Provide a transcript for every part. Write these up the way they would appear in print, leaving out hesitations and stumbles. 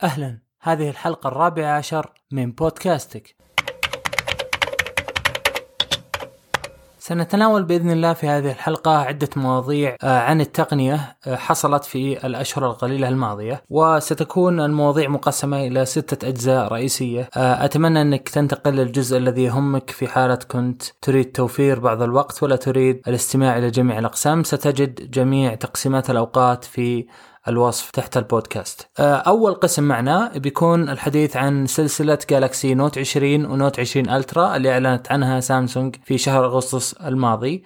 أهلا، هذه الحلقة 14 من بودكاستك. سنتناول بإذن الله في هذه الحلقة عدة مواضيع عن التقنية حصلت في الأشهر القليلة الماضية، وستكون المواضيع مقسمة إلى 6 أجزاء رئيسية. أتمنى أنك تنتقل للجزء الذي يهمك في حالة كنت تريد توفير بعض الوقت ولا تريد الاستماع إلى جميع الأقسام. ستجد جميع تقسيمات الأوقات في الوصف تحت البودكاست. أول قسم معنا بيكون الحديث عن سلسلة جالاكسي نوت 20 ونوت 20 ألترا اللي أعلنت عنها سامسونج في شهر أغسطس الماضي،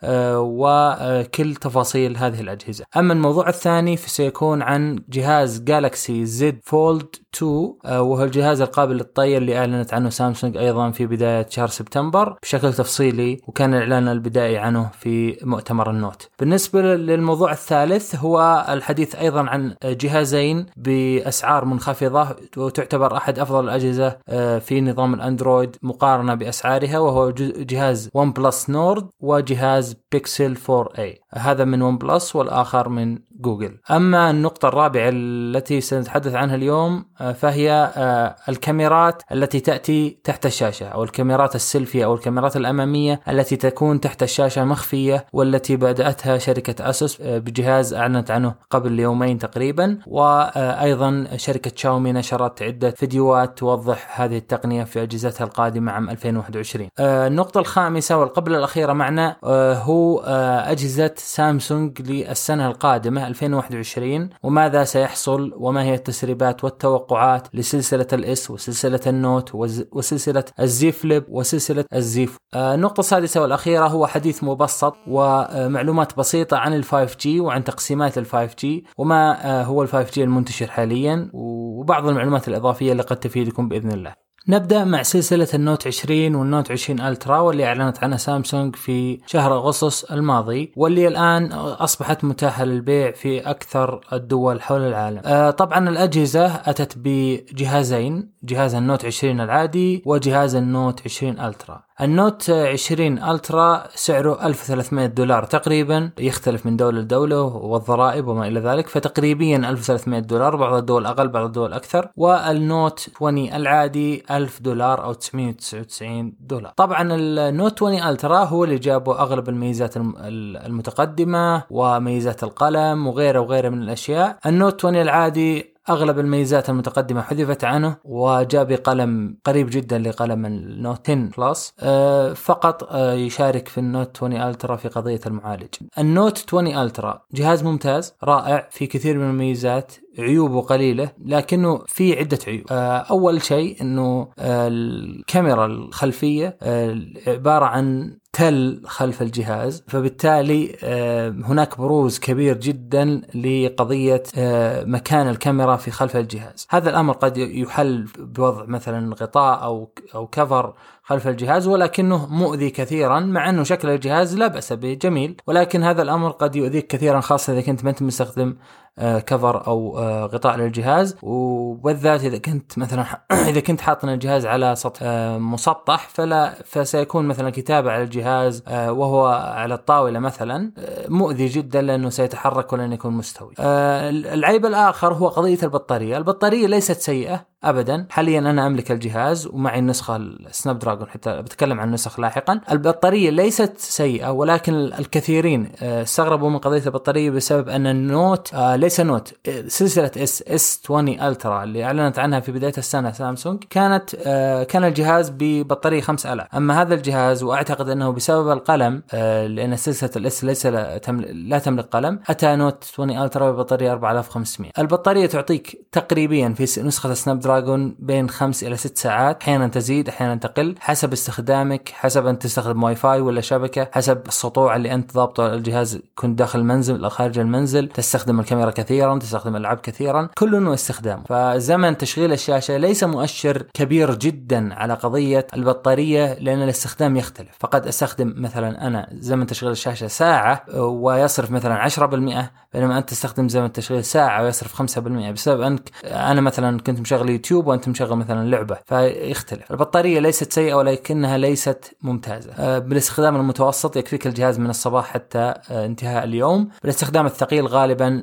وكل تفاصيل هذه الأجهزة. أما الموضوع الثاني فسيكون عن جهاز جالاكسي زد فولد 2، وهو الجهاز القابل للطي اللي أعلنت عنه سامسونج أيضا في بداية شهر سبتمبر بشكل تفصيلي، وكان الإعلان البدائي عنه في مؤتمر النوت. بالنسبة للموضوع الثالث هو الحديث أيضا عن جهازين بأسعار منخفضة، وتعتبر أحد أفضل الأجهزة في نظام الأندرويد مقارنة بأسعارها، وهو جهاز ون بلس نورد وجهاز بيكسل 4A، هذا من ون بلس والآخر من جوجل. أما النقطة الرابعة التي سنتحدث عنها اليوم فهي الكاميرات التي تأتي تحت الشاشة، أو الكاميرات السيلفي أو الكاميرات الأمامية التي تكون تحت الشاشة مخفية، والتي بدأتها شركة أسوس بجهاز أعلنت عنه قبل يومين تقريبا، وأيضا شركة شاومي نشرت عدة فيديوهات توضح هذه التقنية في أجهزتها القادمة عام 2021. النقطة الخامسة والقبل الأخيرة معنا هو أجهزة سامسونج للسنة القادمة 2021، وماذا سيحصل وما هي التسريبات والتوقعات لسلسلة الإس وسلسلة النوت وسلسلة الزي فليب وسلسلة الزي. النقطة السادسة والأخيرة هو حديث مبسط ومعلومات بسيطة عن ال 5G وعن تقسيمات ال 5G وما هو ال 5G المنتشر حاليا، وبعض المعلومات الإضافية اللي قد تفيدكم بإذن الله. نبدأ مع سلسلة النوت 20 والنوت 20 ألترا، واللي أعلنت عنها سامسونج في شهر أغسطس الماضي، واللي الآن أصبحت متاحة للبيع في أكثر الدول حول العالم. طبعا الأجهزة أتت بجهازين، جهاز النوت 20 العادي وجهاز النوت 20 ألترا. النوت 20 ألترا سعره $1300 تقريبا، يختلف من دولة لدولة والضرائب وما إلى ذلك، فتقريبا $1300، بعض الدول أقل بعض الدول أكثر. والنوت 20 العادي $1000 أو $999. طبعا النوت 20 ألترا هو اللي جابه أغلب الميزات المتقدمة وميزات القلم وغيره من الأشياء. النوت 20 العادي أغلب الميزات المتقدمة حذفت عنه، وجاب قلم قريب جدا لقلم النوت 10 بلس، فقط يشارك في النوت 20 ألترا في قضية المعالج. النوت 20 ألترا جهاز ممتاز رائع في كثير من الميزات، عيوبه قليلة لكنه في عدة عيوب. أول شيء أنه الكاميرا الخلفية عبارة عن تل خلف الجهاز، فبالتالي هناك بروز كبير جدا لقضية مكان الكاميرا في خلف الجهاز. هذا الأمر قد يحل بوضع مثلا غطاء أو كفر خلف الجهاز، ولكنه مؤذي كثيرا، مع أنه شكل الجهاز لا بأس به جميل، ولكن هذا الأمر قد يؤذيك كثيرا، خاصة إذا كنت ما أنت مستخدم كفر أو غطاء للجهاز، وبالذات إذا كنت مثلا إذا كنت حاطن الجهاز على سطح مسطح، فسيكون مثلا كتابة على الجهاز وهو على الطاولة مثلا مؤذي جدا، لأنه سيتحرك ولن يكون مستوي. العيب الآخر هو قضية البطارية. البطارية ليست سيئة أبدا، حاليا أنا أملك الجهاز ومعي النسخة السناب دراجون، حتى بتكلم عن النسخ لاحقا. البطارية ليست سيئة، ولكن الكثيرين استغربوا من قضية البطارية بسبب أن النوت ليس نوت، سلسلة اس 20 ألترا اللي أعلنت عنها في بداية السنة سامسونج كان الجهاز ببطارية 5000. أما هذا الجهاز وأعتقد أنه بسبب القلم، لأن سلسلة الاس لا تملك قلم، أتى نوت 20 ألترا ببطارية 4500. البطارية تعطيك تقريبا في نسخة السناب دراجون بين 5 إلى 6 ساعات، أحيانا تزيد أحيانا تقل حسب استخدامك، حسب أن تستخدم واي فاي ولا شبكة، حسب السطوع اللي أنت ضابطه الجهاز، كنت داخل المنزل أو خارج المنزل، تستخدم الكاميرا كثيرا، تستخدم الألعاب كثيرا، كل إنه استخدامه. فزمن تشغيل الشاشة ليس مؤشر كبير جدا على قضية البطارية، لأن الاستخدام يختلف. فقد استخدم مثلا أنا زمن تشغيل الشاشة ساعة ويصرف مثلا 10%، بينما أنت تستخدم زمن تشغيل ساعة ويصرف 5%، بسبب أنك أنا مثلا كنت مشغل اليوتيوب وأنت مشغل مثلا لعبة فيختلف. البطارية ليست سيئة ولكنها ليست ممتازة. بالاستخدام المتوسط يكفيك الجهاز من الصباح حتى انتهاء اليوم. بالاستخدام الثقيل غالبا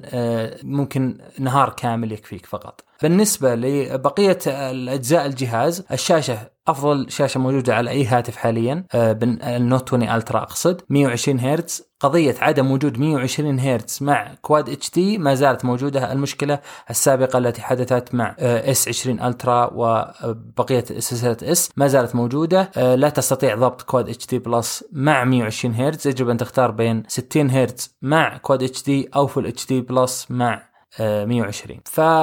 ممكن نهار كامل يكفيك فقط. بالنسبة لبقية الأجزاء الجهاز، الشاشة أفضل شاشة موجودة على أي هاتف حاليا، النوت 20 ألترا أقصد، 120 هرتز. قضية عدم وجود 120 هرتز مع كواد اتش دي ما زالت موجودة. المشكلة السابقة التي حدثت مع اس 20 ألترا وبقية سلسلة اس ما زالت موجودة. لا تستطيع ضبط كواد اتش دي بلس مع 120 هرتز، يجب أن تختار بين 60 هرتز مع كواد اتش دي أو فول اتش دي بلس مع 120.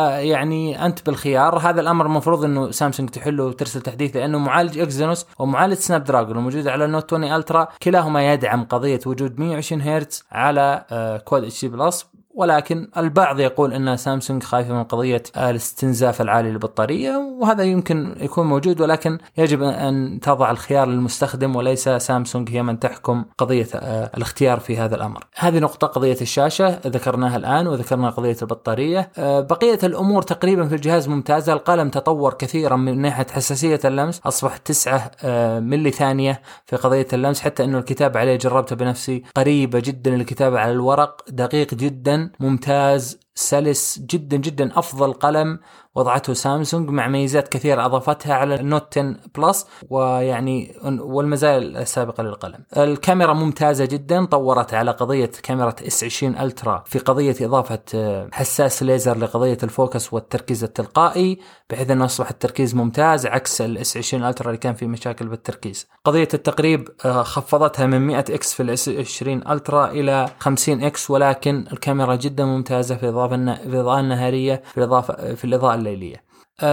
فيعني أنت بالخيار. هذا الأمر المفروض أنه سامسونج تحله وترسل تحديث، لأنه معالج إكزينوس ومعالج سناب دراجون وموجود على النوت 20 ألترا كلاهما يدعم قضية وجود 120 هرتز على كواد اتش دي بلس. ولكن البعض يقول أن سامسونج خايفة من قضية الاستنزاف العالي للبطارية، وهذا يمكن يكون موجود، ولكن يجب أن تضع الخيار للمستخدم وليس سامسونج هي من تحكم قضية الاختيار في هذا الأمر. هذه نقطة قضية الشاشة ذكرناها الآن، وذكرنا قضية البطارية. بقية الأمور تقريبا في الجهاز ممتازة. القلم تطور كثيرا من ناحية حساسية اللمس، أصبح 9 ملي ثانية في قضية اللمس، حتى أنه الكتابة عليه جربته بنفسي قريبة جدا. الكتابة على الورق دقيق جدا، ممتاز، سلس جدا جدا. أفضل قلم وضعته سامسونج مع ميزات كثيرة أضافتها على النوت 10 بلس ويعني والمزايا السابقة للقلم. الكاميرا ممتازة جدا، طورت على قضية كاميرا اس 20 ألترا في قضية إضافة حساس ليزر لقضية الفوكس والتركيز التلقائي، بحيث أنه أصبح التركيز ممتاز عكس الاس 20 ألترا اللي كان فيه مشاكل بالتركيز. قضية التقريب خفضتها من 100 اكس في الاس 20 ألترا إلى 50 اكس، ولكن الكاميرا جدا ممتازة في الإضاءة النهارية في الإضاءة الليلية.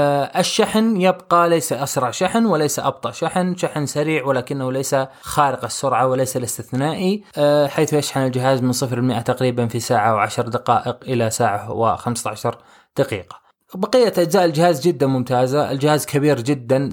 الشحن يبقى ليس أسرع شحن وليس أبطأ شحن سريع، ولكنه ليس خارق السرعة وليس الاستثنائي، حيث يشحن الجهاز من 0-100 تقريبا في ساعة و10 دقائق إلى ساعة و15 دقيقة. بقية أجزاء الجهاز جدا ممتازة. الجهاز كبير جدا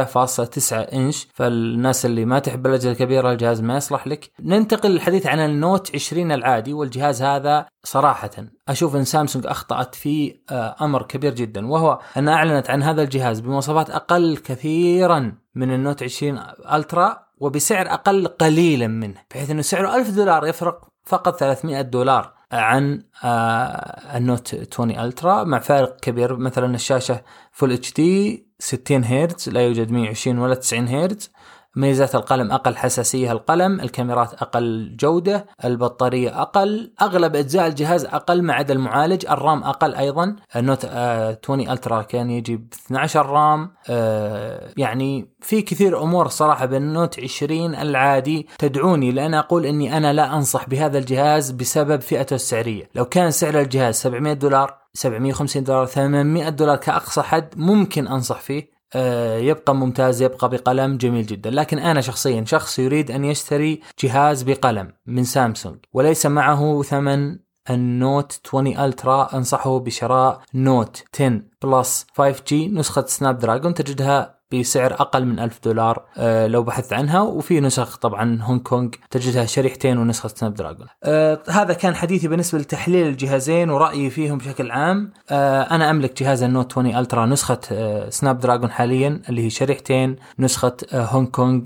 6.9 إنش، فالناس اللي ما تحب الأجهزة الكبيرة الجهاز ما يصلح لك. ننتقل للحديث عن النوت 20 العادي، والجهاز هذا صراحة أشوف أن سامسونج أخطأت في أمر كبير جدا، وهو أن أعلنت عن هذا الجهاز بمواصفات أقل كثيرا من النوت 20 ألترا وبسعر أقل قليلا منه، بحيث أنه سعره $1000 يفرق فقط $300 عن النوت 20 ألترا، مع فارق كبير. مثلا الشاشة فول اتش دي 60 هرتز، لا يوجد 120 ولا 90 هرتز. ميزات القلم أقل حساسية القلم، الكاميرات أقل جودة، البطارية أقل، أغلب أجزاء الجهاز أقل ما عدا المعالج. الرام أقل أيضا، النوت 20 ألترا كان يجي ب 12 رام. يعني في كثير أمور صراحة بالنوت 20 العادي تدعوني لأن أقول أني أنا لا أنصح بهذا الجهاز بسبب فئته السعرية. لو كان سعر الجهاز $700 $750 $800 كأقصى حد ممكن أنصح فيه، يبقى ممتاز، يبقى بقلم جميل جدا. لكن أنا شخصيا شخص يريد أن يشتري جهاز بقلم من سامسونج وليس معه ثمن النوت 20 ألترا، أنصحه بشراء نوت 10 بلس 5G نسخة سناب دراجون، تجدها بسعر أقل من $1000 لو بحثت عنها، وفي نسخ طبعا هونغ كونغ تجدها شريحتين ونسخة سناب دراجون. هذا كان حديثي بالنسبة لتحليل الجهازين ورأيي فيهم بشكل عام. أنا أملك جهاز النوت 20 ألترا نسخة سناب دراجون حاليا اللي هي شريحتين، نسخة هونغ كونغ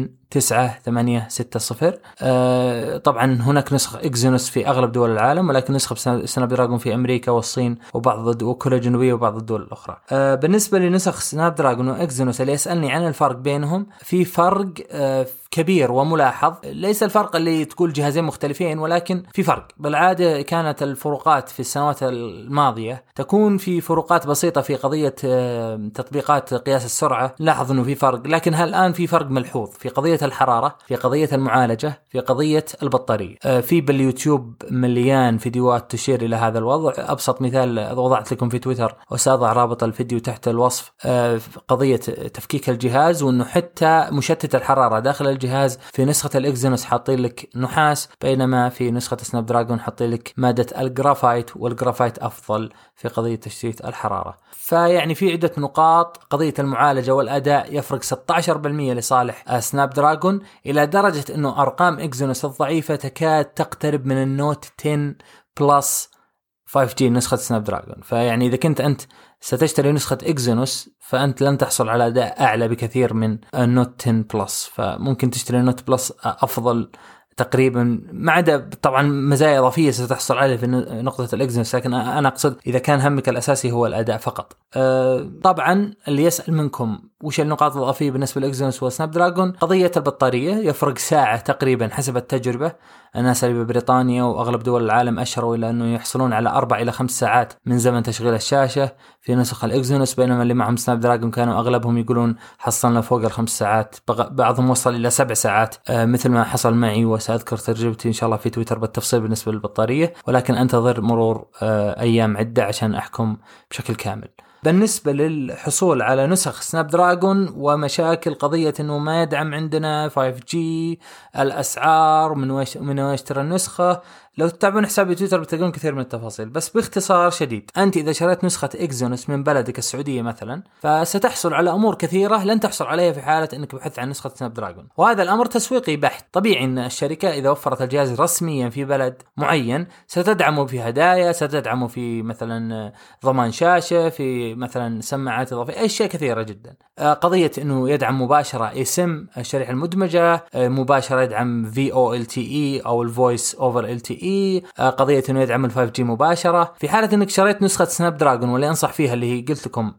N9860. طبعا هناك نسخ إكزينوس في أغلب دول العالم، ولكن نسخة سناب دراجون في أمريكا والصين وبعض وكوريا الجنوبية وبعض الدول الأخرى. بالنسبة لنسخ سناب دراجون وإكزينوس اللي يسألني عن الفرق بينهم، في فرق كبير وملاحظ. ليس الفرق اللي تقول جهازين مختلفين، ولكن في فرق. بالعادة كانت الفروقات في السنوات الماضية تكون في فروقات بسيطة في قضية تطبيقات قياس السرعة، لاحظ أنه في فرق، لكن الآن في فرق ملحوظ في قضية الحرارة، في قضية المعالجة، في قضية البطارية. في باليوتيوب مليان فيديوهات تشير إلى هذا الوضع. أبسط مثال وضعت لكم في تويتر وسأضع رابط الفيديو تحت الوصف، قضية تفكيك الجهاز، وأنه حتى مشتت الحرارة داخل الجهاز في نسخة الإكزينوس حاطين لك نحاس، بينما في نسخة سناب دراجون حاطين لك مادة الجرافايت، والجرافايت أفضل في قضية تشتيت الحرارة. فيعني في عدة نقاط. قضية المعالجة والأداء يفرق 16% لصالح سناب دراجون، إلى درجة أنه أرقام إكزينوس الضعيفة تكاد تقترب من النوت 10 بلس 5G نسخة سناب دراجون. فيعني إذا كنت أنت ستشتري نسخة إكزينوس فأنت لن تحصل على أداء أعلى بكثير من النوت 10 بلس، فممكن تشتري النوت بلس أفضل تقريبا، ما عدا طبعا مزايا إضافية ستحصل عليها في نقطة الإكزينوس، لكن أنا أقصد إذا كان همك الأساسي هو الأداء فقط. طبعا اللي يسأل منكم وش النقاط الإضافية بالنسبة للإكزينوس وسناب دراجون، قضية البطارية يفرق ساعة تقريبا حسب التجربة. الناس اللي ببريطانيا وأغلب دول العالم أشروا إلى أنه يحصلون على 4 إلى 5 ساعات من زمن تشغيل الشاشة في نسخ الإكزينوس، بينما اللي معهم سناب دراجون كانوا أغلبهم يقولون حصلنا فوق 5 ساعات، بعضهم وصل إلى 7 ساعات مثل ما حصل معي، وسأذكر تجربتي إن شاء الله في تويتر بالتفصيل بالنسبة للبطارية، ولكن أنتظر مرور أيام عدة عشان أحكم بشكل كامل. بالنسبة للحصول على نسخ سناب دراجون ومشاكل قضية أنه ما يدعم عندنا 5G، الأسعار، من وين يشتري النسخة، لو تتابعون حسابي تويتر بتلقون كثير من التفاصيل. بس باختصار شديد، أنت إذا شريت نسخة إكزينوس من بلدك السعودية مثلا فستحصل على أمور كثيرة لن تحصل عليها في حالة أنك بحثت عن نسخة سناب دراجون، وهذا الأمر تسويقي بحت. طبيعي أن الشركة إذا وفرت الجهاز رسميا في بلد معين ستدعمه في هدايا، ستدعمه في مثلا ضمان شاشة، في مثلا سماعات إضافية، أشياء كثيرة جدا. قضية أنه يدعم مباشرة اسم الشريحة المدمجة، مباشرة يدعم VoLTE أو الفويس أوفر LTE، قضية أنه يدعم ال 5G مباشرة. في حالة أنك شريت نسخة سناب دراجون واللي أنصح فيها اللي هي قلت لكم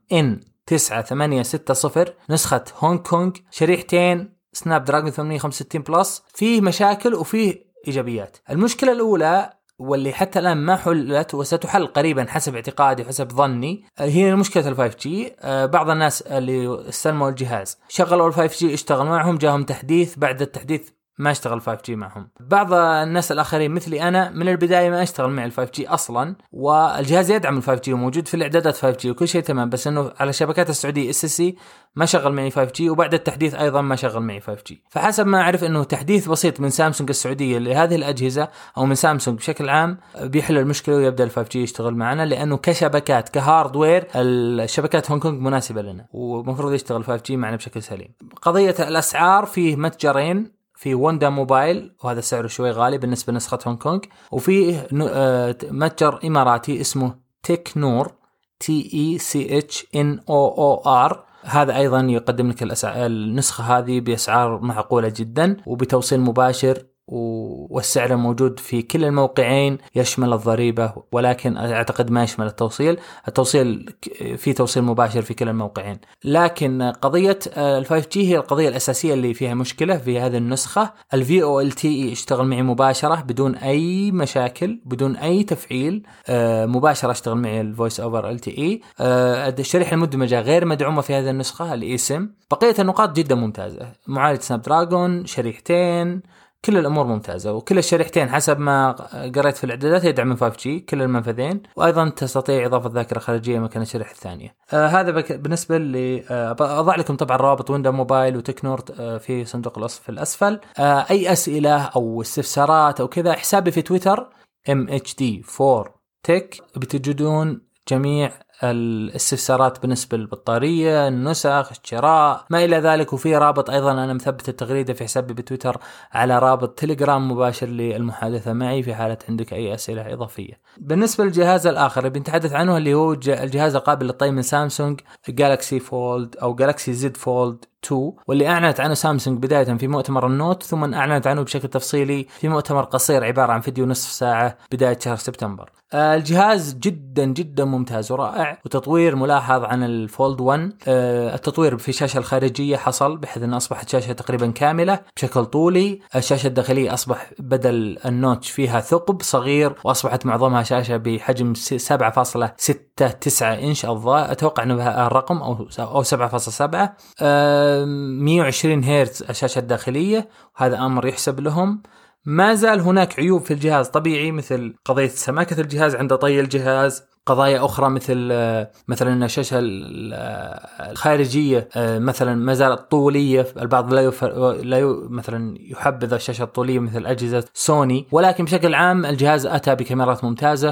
N9860 نسخة هونغ كونغ، شريحتين سناب دراجون 865 بلس، فيه مشاكل وفيه إيجابيات. المشكلة الأولى واللي حتى الآن ما حلت وستحل قريبا حسب اعتقادي وحسب ظني هي مشكلة ال 5G. بعض الناس اللي استلموا الجهاز شغلوا ال 5G اشتغل معهم، جاهم تحديث، بعد التحديث ما اشتغل 5G معهم. بعض الناس الآخرين مثلي أنا من البداية ما اشتغل معي ال 5G أصلا، والجهاز يدعم ال 5G وموجود في الإعدادات 5G وكل شيء تمام، بس إنه على شبكات السعودية SSC ما شغل معي 5G، وبعد التحديث أيضا ما شغل معي 5G. فحسب ما أعرف إنه تحديث بسيط من سامسونج السعودية لهذه الأجهزة أو من سامسونج بشكل عام بيحل المشكلة ويبدأ ال 5G يشتغل معنا، لأنه كشبكات كهاردوير الشبكات هونغ كونغ مناسبة لنا ومفروض يشتغل 5G معنا بشكل سليم. قضية الأسعار، فيه متجرين، في وندا موبايل وهذا سعره شوي غالي بالنسبة لنسخة هونغ كونغ، وفي متجر إماراتي اسمه تكنور TECHNOOR، هذا أيضا يقدم لك النسخة هذه بأسعار معقولة جدا وبتوصيل مباشر، والسعر موجود في كل الموقعين، يشمل الضريبة ولكن أعتقد ما يشمل التوصيل في توصيل مباشر في كل الموقعين. لكن قضية ال 5G هي القضية الأساسية اللي فيها مشكلة في هذه النسخة. ال VoLTE اشتغل معي مباشرة بدون أي مشاكل، بدون أي تفعيل، مباشرة اشتغل معي ال Voice over LTE. الشريحة المدمجة غير مدعومة في هذه النسخة الإيسم. بقية النقاط جدا ممتازة، معالج سناب دراجون، شريحتين، كل الأمور ممتازة، وكل الشريحتين حسب ما قرأت في الإعدادات يدعم 5G كل المنفذين، وأيضا تستطيع إضافة ذاكرة خارجية مكان الشريحة الثانية. هذا بالنسبة لي. أضع لكم طبعا رابط وندا موبايل وتكنور في صندوق الوصف في الأسفل. أي أسئلة أو استفسارات أو كذا، حسابي في تويتر MHD4Tech بتجدون جميع الاستفسارات بالنسبة للبطارية، النسخ، الشراء، ما إلى ذلك. وفي رابط أيضا أنا مثبت التغريدة في حسابي بتويتر على رابط تليجرام مباشر للمحادثة معي في حالة عندك أي أسئلة إضافية. بالنسبة للجهاز الآخر اللي بنتحدث عنه اللي هو الجهاز القابل للطي من سامسونج، جالاكسي فولد أو جالاكسي زد فولد 2، واللي أعلنت عنه سامسونج بداية في مؤتمر النوت، ثم أعلنت عنه بشكل تفصيلي في مؤتمر قصير عبارة عن فيديو نصف ساعة بداية شهر سبتمبر. الجهاز جدا جدا ممتاز ورائع، وتطوير ملاحظ عن الفولد 1. التطوير في الشاشة الخارجية حصل بحيث أن أصبحت شاشة تقريبا كاملة بشكل طولي. الشاشة الداخلية أصبح بدل النوتش فيها ثقب صغير، وأصبحت معظمها شاشة بحجم 7.69 إنش، أتوقع أنه الرقم أو 7.7. 120 هرتز الشاشة الداخلية، وهذا أمر يحسب لهم. ما زال هناك عيوب في الجهاز طبيعي، مثل قضية سماكة الجهاز عند طي الجهاز، قضايا أخرى مثلا أن الشاشة الخارجية مثلا ما زالت طولية. البعض مثلا يحبذ الشاشة الطولية مثل أجهزة سوني، ولكن بشكل عام الجهاز أتى بكاميرات ممتازة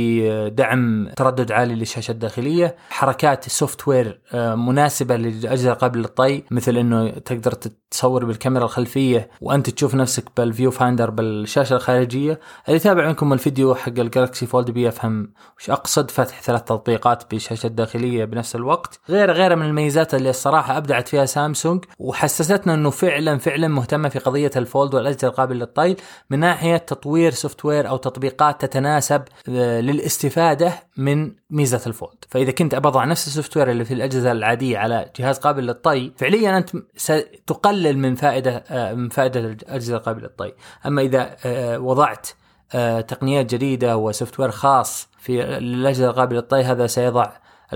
بدعم تردد عالي للشاشة الداخلية، حركات السوفت وير مناسبة للأجهزة قابلة للطي، مثل أنه تقدر تصور بالكاميرا الخلفية وأنت تشوف نفسك بالفيو فايندر بالشاشة الخارجية. اللي تابع منكم الفيديو حق الجالكسي فولد بيفهم وش أقصد فتح 3 تطبيقات بالشاشة الداخلية بنفس الوقت. غير من الميزات اللي الصراحة أبدعت فيها سامسونج وحسستنا أنه فعلا مهتمة في قضية الفولد والأجهزة القابلة للطي من ناحية تطوير سوفت وير أو تطبيقات تتناسب للاستفادة من ميزة الفولد. فإذا كنت أضع نفس السوفت وير اللي في الأجهزة العادية على جهاز قابل للطي، فعليا أنت ستقلل من فائدة الأجهزة القابلة للطي. أما إذا وضعت تقنيات جديدة وسوفت وير خاص في الأجهزة القابلة للطي، هذا سيضع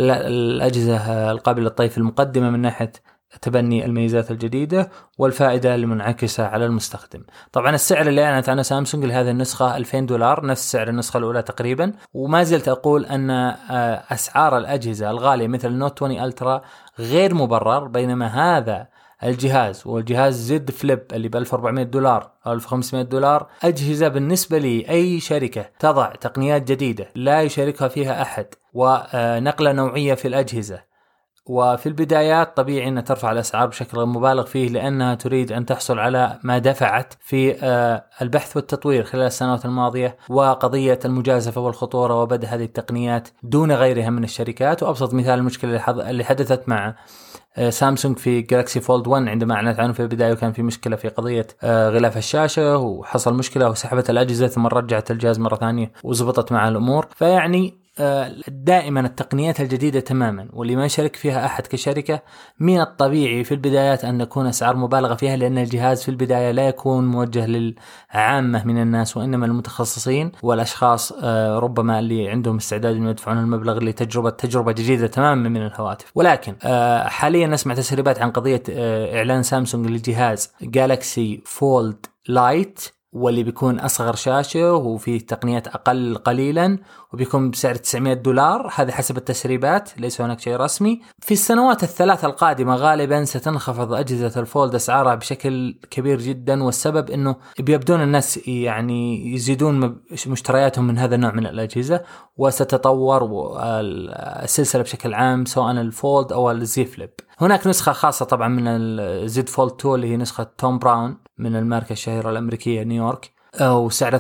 الأجهزة القابلة للطي في المقدمة من ناحية تبني الميزات الجديدة والفائدة المنعكسة على المستخدم. طبعا السعر اللي أعلنت عنه سامسونج لهذه النسخة $2000، نفس سعر النسخة الأولى تقريبا. وما زلت أقول أن أسعار الأجهزة الغالية مثل النوت 20 ألترا غير مبرر، بينما هذا الجهاز والجهاز زد فليب اللي $1400 أو $1500 أجهزة بالنسبة لي أي شركة تضع تقنيات جديدة لا يشاركها فيها أحد ونقلة نوعية في الأجهزة، وفي البدايات طبيعي أن ترفع الأسعار بشكل مبالغ فيه، لأنها تريد أن تحصل على ما دفعت في البحث والتطوير خلال السنوات الماضية، وقضية المجازفة والخطورة وبدء هذه التقنيات دون غيرها من الشركات. وأبسط مثال المشكلة اللي حدثت مع سامسونج في جالاكسي فولد 1 عندما أعلنت عنه في البداية، وكان في مشكلة في قضية غلاف الشاشة، وحصل مشكلة وسحبت الأجهزة ثم رجعت الجهاز مرة ثانية وزبطت مع الأمور. فيعني دائما التقنيات الجديدة تماما واللي ما يشارك فيها أحد كشركة من الطبيعي في البدايات أن تكون أسعار مبالغة فيها، لأن الجهاز في البداية لا يكون موجه للعامة من الناس، وإنما المتخصصين والأشخاص ربما اللي عندهم استعداد أن يدفعون المبلغ لتجربة جديدة تماما من الهواتف. ولكن حاليا نسمع تسريبات عن قضية إعلان سامسونج للجهاز جالاكسي فولد لايت، واللي بيكون أصغر شاشة وفي تقنيات أقل قليلا، وبيكون بسعر $900. هذا حسب التسريبات، ليس هناك شيء رسمي. في السنوات الثلاث القادمة غالبا ستنخفض أجهزة الفولد أسعارها بشكل كبير جدا، والسبب أنه بيبدون الناس يعني يزيدون مشترياتهم من هذا النوع من الأجهزة، وستتطور السلسلة بشكل عام سواء الفولد أو الزي فليب. هناك نسخة خاصة طبعا من الزد فولد 2 اللي هي نسخة توم براون من الماركة الشهيرة الأمريكية نيويورك، وسعرها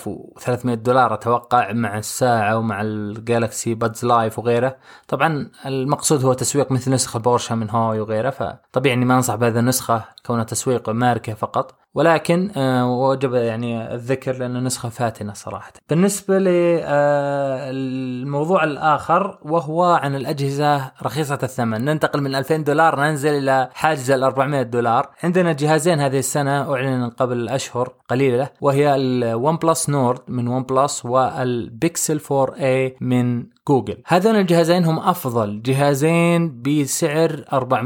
$3300 أتوقع، مع الساعة ومع الجالكسي بادز لايف وغيره. طبعا المقصود هو تسويق مثل نسخة بورشا من هواوي وغيره، فطبيعي أني ما أنصح بهذا النسخة كونها تسويق ماركة فقط، ولكن وجب يعني الذكر لأنه نسخة فاتنة صراحة. بالنسبة للموضوع الآخر وهو عن الأجهزة رخيصة الثمن، ننتقل من $2000 ننزل إلى حاجز $400. عندنا جهازين هذه السنة أعلن قبل أشهر قليلة، وهي الون بلس نورد من ون بلس والبيكسل 4a من جوجل. هذين الجهازين هم أفضل جهازين بسعر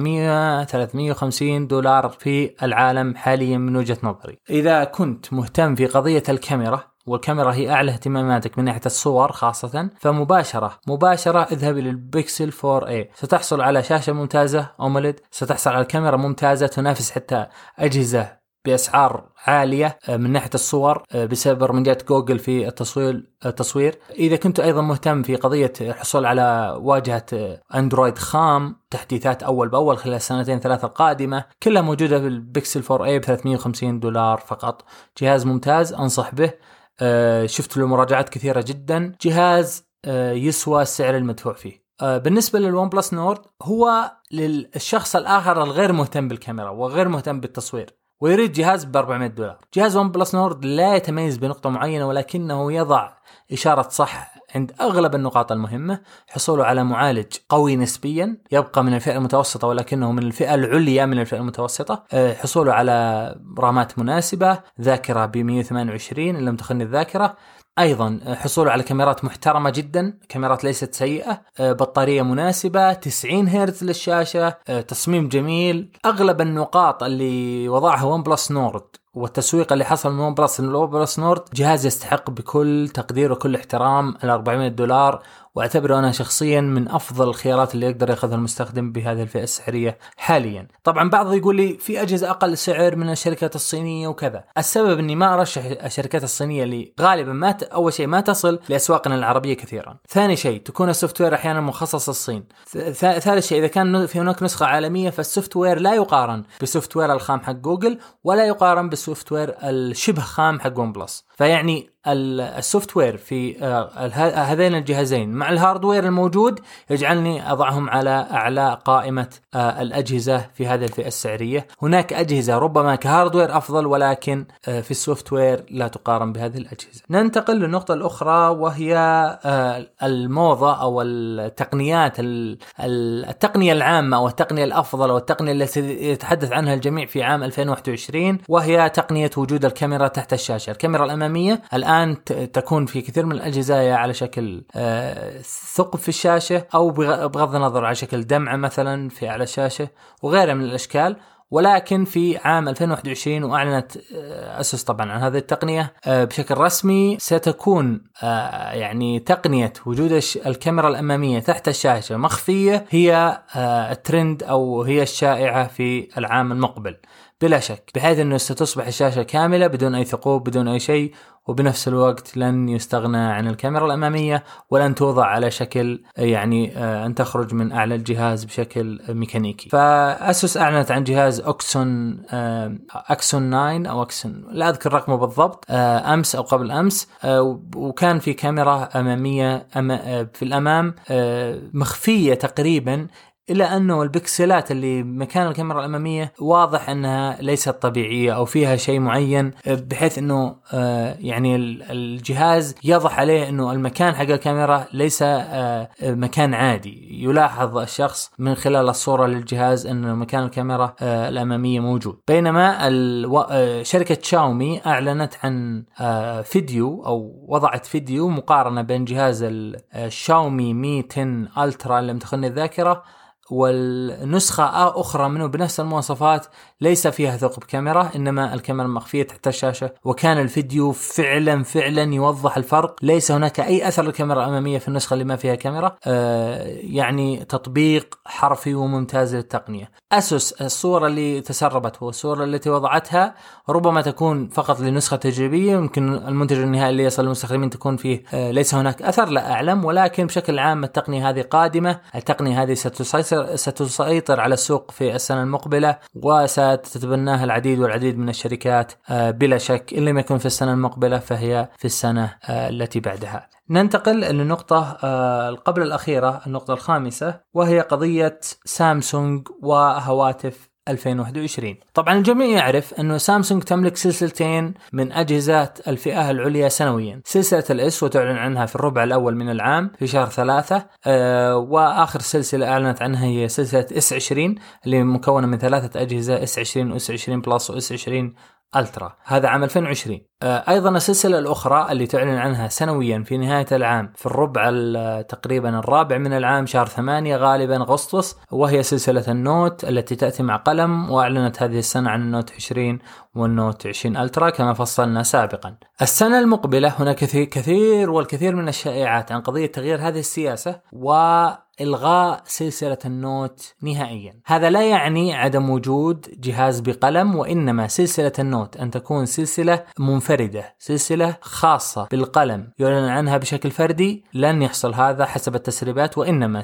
$400-350 في العالم حاليا من وجهة نظري. إذا كنت مهتم في قضية الكاميرا، والكاميرا هي أعلى اهتماماتك من ناحية الصور خاصة، فمباشرة اذهب للبيكسل 4a. ستحصل على شاشة ممتازة أوموليد، ستحصل على كاميرا ممتازة تنافس حتى أجهزة بأسعار عالية من ناحية الصور بسبب برمجيات جوجل في التصوير. إذا كنت أيضا مهتم في قضية الحصول على واجهة أندرويد خام، تحديثات أول بأول خلال السنتين 3 القادمة، كلها موجودة في البيكسل 4a $350 فقط. جهاز ممتاز أنصح به، شفت له مراجعات كثيرة جدا، جهاز يسوى السعر المدفوع فيه. بالنسبة للون بلس نورد هو للشخص الآخر الغير مهتم بالكاميرا وغير مهتم بالتصوير ويريد جهاز $400. جهاز ون بلس نورد لا يتميز بنقطة معينة، ولكنه يضع إشارة صح عند أغلب النقاط المهمة. حصوله على معالج قوي نسبيا، يبقى من الفئة المتوسطة ولكنه من الفئة العليا من الفئة المتوسطة. حصوله على رامات مناسبة، ذاكرة ب128 إن لم تخني الذاكرة. أيضا حصوله على كاميرات محترمة جدا، كاميرات ليست سيئة، بطارية مناسبة، 90 هرتز للشاشة، تصميم جميل. أغلب النقاط اللي وضعها ون بلس نورد والتسويق اللي حصل من ون بلس نورد، جهاز يستحق بكل تقدير وكل احترام $400، واعتبره انا شخصيا من افضل الخيارات اللي يقدر ياخذها المستخدم بهذه الفئة السعرية حاليا. طبعا بعض يقول لي في اجهزة اقل سعر من الشركات الصينية وكذا. السبب اني ما ارشح الشركات الصينية اللي غالبا اول شيء ما تصل لاسواقنا العربية كثيرا، ثاني شيء تكون السوفت وير احيانا مخصص للصين، ثالث شيء اذا كان في هناك نسخة عالمية فالسوفت وير لا يقارن بالسوفت وير الخام حق جوجل ولا يقارن بالسوفت وير الشبه خام حق ون بلس. فيعني السوفت وير في هذين الجهازين مع الهاردوير الموجود يجعلني أضعهم على أعلى قائمة الأجهزة في هذه الفئة السعرية. هناك أجهزة ربما كهاردوير أفضل ولكن في السوفت وير لا تقارن بهذه الأجهزة. ننتقل للنقطة الأخرى وهي الموضة أو التقنيات، التقنية العامة أو التقنية الأفضل أو التقنية التي يتحدث عنها الجميع في عام 2021، وهي تقنية وجود الكاميرا تحت الشاشة. الكاميرا الأمامية الآن تكون في كثير من الأجهزة على شكل ثقب في الشاشة أو بغض النظر على شكل دمعة مثلا في أعلى الشاشة وغيرها من الأشكال، ولكن في عام 2021 وأعلنت أسوس طبعا عن هذه التقنية بشكل رسمي، ستكون يعني تقنية وجود الكاميرا الأمامية تحت الشاشة مخفية هي الترند أو هي الشائعة في العام المقبل بلا شك، بحيث أنه ستصبح الشاشة كاملة بدون أي ثقوب بدون أي شيء، وبنفس الوقت لن يستغنى عن الكاميرا الأمامية ولن توضع على شكل يعني أن تخرج من أعلى الجهاز بشكل ميكانيكي. فأسوس أعلنت عن جهاز أكسون 9 أو أكسون لا أذكر رقمه بالضبط أمس أو قبل أمس، وكان في كاميرا أمامية في الأمام مخفية تقريبا، إلا أنه البكسلات اللي مكان الكاميرا الأمامية واضح أنها ليست طبيعية أو فيها شيء معين، بحيث أنه يعني الجهاز يضح عليه أنه المكان حق الكاميرا ليس مكان عادي. يلاحظ الشخص من خلال الصورة للجهاز أن مكان الكاميرا الأمامية موجود. بينما شركة شاومي أعلنت عن فيديو أو وضعت فيديو مقارنة بين جهاز الشاومي مي 10 ألترا لم تخني الذاكرة والنسخة أخرى منه بنفس المواصفات ليس فيها ثقب كاميرا، إنما الكاميرا مخفية تحت الشاشة. وكان الفيديو فعلا يوضح الفرق، ليس هناك أي أثر للكاميرا الأمامية في النسخة اللي ما فيها كاميرا. يعني تطبيق حرفي وممتاز للتقنية. أسوس الصورة اللي تسربت والصورة التي وضعتها ربما تكون فقط لنسخة تجريبية، يمكن المنتج النهائي اللي يصل للمستخدمين تكون فيه ليس هناك أثر، لا أعلم. ولكن بشكل عام التقنية هذه قادمة، التقنية هذه ستسيطر على السوق في السنة المقبلة وستتبناها العديد والعديد من الشركات بلا شك. إن لم يكن في السنة المقبلة فهي في السنة التي بعدها. ننتقل للنقطة قبل الأخيرة، النقطة الخامسة، وهي قضية سامسونج وهواتف 2021. طبعا الجميع يعرف أنه سامسونج تملك سلسلتين من أجهزة الفئة العليا سنويا، سلسلة الإس وتعلن عنها في الربع الأول من العام في شهر 3، وآخر سلسلة أعلنت عنها هي سلسلة إس 20 اللي مكونة من 3 أجهزة، إس 20 وإس 20 بلس وإس 20 ألترا، هذا عام 2020. أيضا السلسلة الأخرى اللي تعلن عنها سنويا في نهاية العام في الربع تقريبا الرابع من العام شهر 8 غالبا أغسطس، وهي سلسلة النوت التي تأتي مع قلم، وأعلنت هذه السنة عن النوت 20 والنوت 20 ألترا كما فصلنا سابقا. السنة المقبلة هناك والكثير من الشائعات عن قضية تغيير هذه السياسة وإلغاء سلسلة النوت نهائيا. هذا لا يعني عدم وجود جهاز بقلم، وإنما سلسلة النوت أن تكون سلسلة منفردة، سلسلة خاصة بالقلم يعلن عنها بشكل فردي. لن يحصل هذا حسب التسريبات، وإنما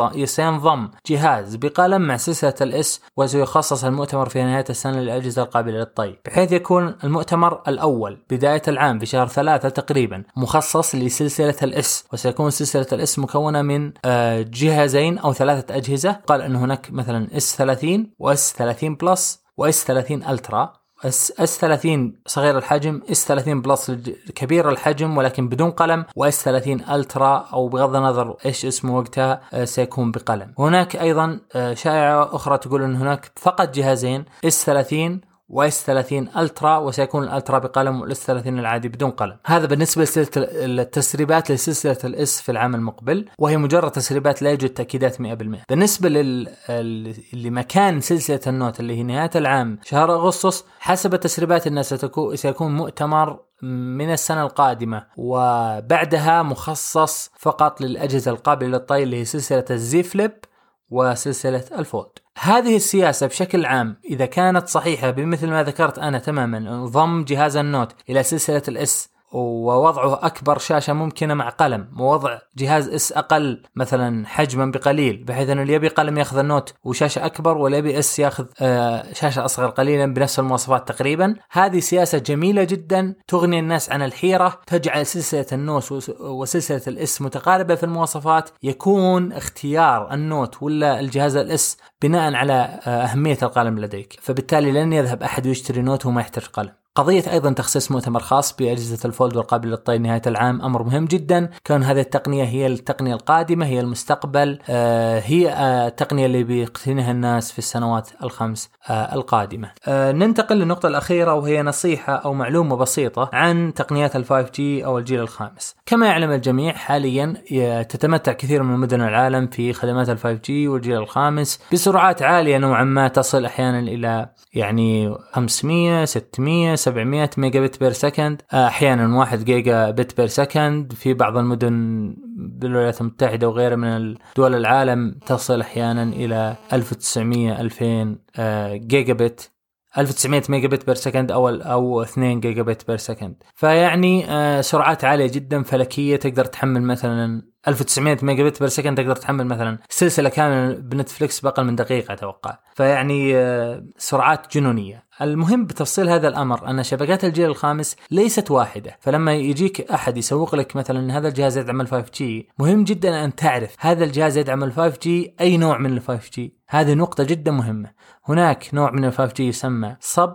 سينضم جهاز بقلم مع سلسلة الإس، وسيخصص المؤتمر في نهاية السنة للأجهزة القابلة للطي، بحيث يكون المؤتمر الأول بداية العام في شهر 3 تقريبا مخصص لسلسلة الإس، وسيكون سلسلة الإس مكونة من جهازين أو 3 أجهزة. قال أن هناك مثلا إس 30 وإس 30 بلس وإس 30 ألترا. إس 30 صغير الحجم، إس 30 بلس كبير الحجم ولكن بدون قلم، وإس 30 ألترا أو بغض النظر إيش اسمه وقتها سيكون بقلم. هناك أيضا شائعة أخرى تقول أن هناك فقط جهازين، إس 30 وإس 30 ألترا، وسيكون الألترا بقلم والإس 30 العادي بدون قلم. هذا بالنسبة للتسريبات لسلسلة الإس في العام المقبل، وهي مجرد تسريبات لا يوجد تأكيدات 100%. بالنسبة لمكان سلسلة النوت اللي هي نهاية العام شهر أغسطس، حسب التسريبات الناس سيكون مؤتمر من السنة القادمة، وبعدها مخصص فقط للأجهزة القابلة للطي اللي هي سلسلة الزي فليب وسلسلة الفولد. هذه السياسة بشكل عام إذا كانت صحيحة بمثل ما ذكرت أنا تماما، ضم جهاز النوت إلى سلسلة الإس ووضعه أكبر شاشة ممكنة مع قلم، ووضع جهاز إس أقل مثلا حجما بقليل، بحيث أنه اللي يبي قلم يأخذ النوت وشاشة أكبر، واللي يبي إس يأخذ شاشة أصغر قليلا بنفس المواصفات تقريبا. هذه سياسة جميلة جدا تغني الناس عن الحيرة، تجعل سلسلة النوت وسلسلة الإس متقاربة في المواصفات، يكون اختيار النوت ولا الجهاز الإس بناء على أهمية القلم لديك، فبالتالي لن يذهب أحد يشتري نوت وما يحتاج قلم. قضية أيضا تخصيص مؤتمر خاص بأجهزة الفولد والقابل للطي نهاية العام أمر مهم جدا، كون هذه التقنية هي التقنية القادمة، هي المستقبل، هي التقنية اللي بيقتنيها الناس في السنوات الخمس القادمة. ننتقل للنقطة الأخيرة، وهي نصيحة أو معلومة بسيطة عن تقنيات ال5G أو الجيل الخامس. كما يعلم الجميع حاليا تتمتع كثير من مدن العالم في خدمات ال5G والجيل الخامس بسرعات عالية نوعا ما، تصل أحيانا إلى 500 600 700 ميجا بت بير سكند، أحيانا 1 جيجا بت بير سكند. في بعض المدن بالولايات المتحدة وغيرها من دول العالم تصل أحيانا إلى 1900 2000 جيجا بت، 1900 ميجا بت بير سكند أو 2 جيجا بت بير سكند. فيعني سرعات عالية جدا فلكية، تقدر تحمل مثلا 1900 ميجا بت بير سكند، تقدر تحمل مثلا سلسلة كاملة بنتفليكس بأقل من دقيقة أتوقع. فيعني سرعات جنونية. المهم بتفصيل هذا الأمر أن شبكات الجيل الخامس ليست واحدة، فلما يجيك أحد يسوق لك مثلا أن هذا الجهاز يدعم ال5G، مهم جدا أن تعرف هذا الجهاز يدعم ال5G أي نوع من ال5G. هذه نقطة جدا مهمة. هناك نوع من ال5G يسمى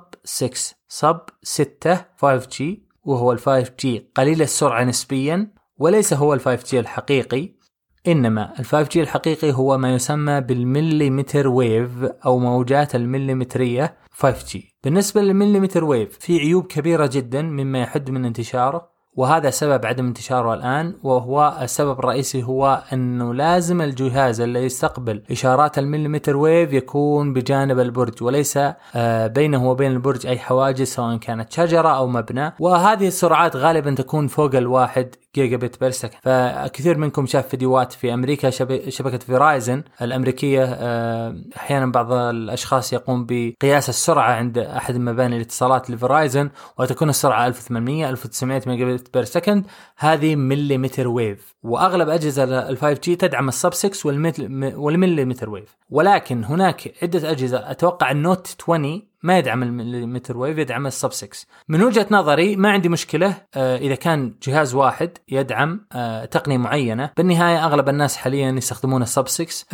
sub 6 5G، وهو ال5G قليل السرعة نسبيا، وليس هو ال5G الحقيقي، إنما ال5G الحقيقي هو ما يسمى بالمليمتر ويف أو موجات المليمترية 5G. بالنسبة للمليمتر ويف في عيوب كبيرة جدا مما يحد من انتشاره، وهذا سبب عدم انتشاره الآن. وهو السبب الرئيسي هو أنه لازم الجهاز اللي يستقبل إشارات المليمتر ويف يكون بجانب البرج، وليس بينه وبين البرج أي حواجز سواء كانت شجرة أو مبنى. وهذه السرعات غالبا تكون فوق 1 جيجا بت بير سكند. فكثير منكم شاف فيديوهات في أمريكا، شبكة فيرايزن الأمريكية، أحيانا بعض الأشخاص يقوم بقياس السرعة عند أحد مباني الاتصالات لفيرايزن، وتكون السرعة 1800 1900 ميجا بت بير سكند. هذه مليمتر ويف، وأغلب أجهزة ال5G تدعم السب 6 والمليمتر ويف. ولكن هناك عدة أجهزة، أتوقع النوت 20 ما يدعم المليمتر ويف، يدعم السب 6. من وجهة نظري ما عندي مشكلة إذا كان جهاز واحد يدعم تقنية معينة. بالنهاية أغلب الناس حاليا يستخدمون السب 6،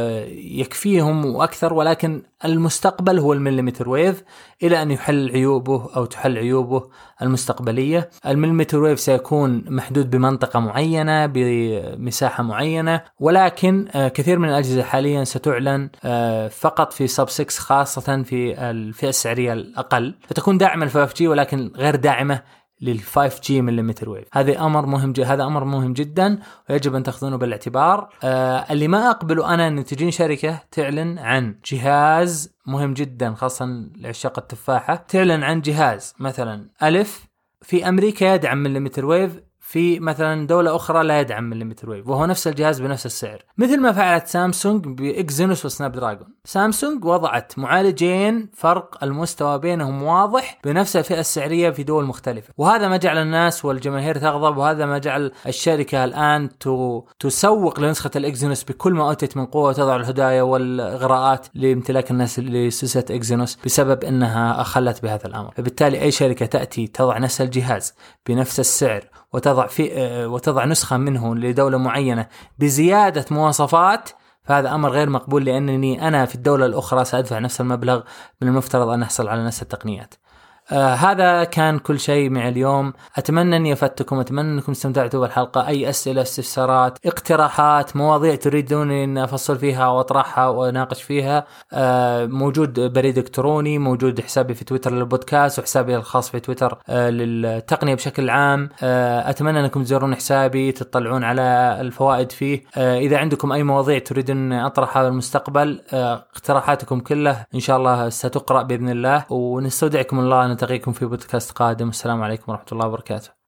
يكفيهم وأكثر. ولكن المستقبل هو المليمتر ويف إلى أن يحل عيوبه أو تحل عيوبه المستقبلية. المليمتر ويف سيكون محدود بمنطقة معينة بمساحة معينة، ولكن كثير من الأجهزة حاليا ستعلن فقط في سب 6، خاصة في الفئة السعرية الأقل، فتكون داعمة ل5G ولكن غير داعمة لل5G مليمتر ويف. هذا أمر مهم جدا ويجب أن تأخذونه بالاعتبار. اللي ما أقبله أنا أن تجين شركة تعلن عن جهاز مهم جدا، خاصة لعشاق التفاحة، تعلن عن جهاز مثلا ألف في أمريكا يدعم مليمتر ويف، في مثلا دولة أخرى لا يدعم مليمتر ويف، وهو نفس الجهاز بنفس السعر، مثل ما فعلت سامسونج بإكزينوس وسناب دراجون. سامسونج وضعت معالجين فرق المستوى بينهم واضح بنفس الفئة السعرية في دول مختلفة، وهذا ما جعل الناس والجماهير تغضب، وهذا ما جعل الشركة الآن تسوق لنسخة الإكزينوس بكل ما أوتت من قوة، تضع الهدايا والإغراءات لامتلاك الناس لسلسلة إكزينوس بسبب أنها أخلت بهذا الأمر. فبالتالي أي شركة تأتي تضع نفس الجهاز بنفس السعر وتضع نسخة منه لدولة معينة بزيادة مواصفات، فهذا أمر غير مقبول، لأنني أنا في الدولة الأخرى سأدفع نفس المبلغ، من المفترض أن أحصل على نفس التقنيات. هذا كان كل شيء مع اليوم. أتمنى أني أفدتكم، أتمنى أنكم استمتعتوا بالحلقة. أي أسئلة، استفسارات، اقتراحات، مواضيع تريدون أن أفصل فيها وأطرحها وأناقش فيها، موجود بريد إلكتروني، موجود حسابي في تويتر للبودكاست وحسابي الخاص في تويتر للتقنية بشكل عام. أتمنى أنكم تزورون حسابي تطلعون على الفوائد فيه. إذا عندكم أي مواضيع تريدون أطرحها بالمستقبل، اقتراحاتكم كلها إن شاء الله ستقرأ بإذن الله، ونستودعكم الله. نلتقيكم في بودكاست قادم. السلام عليكم ورحمة الله وبركاته.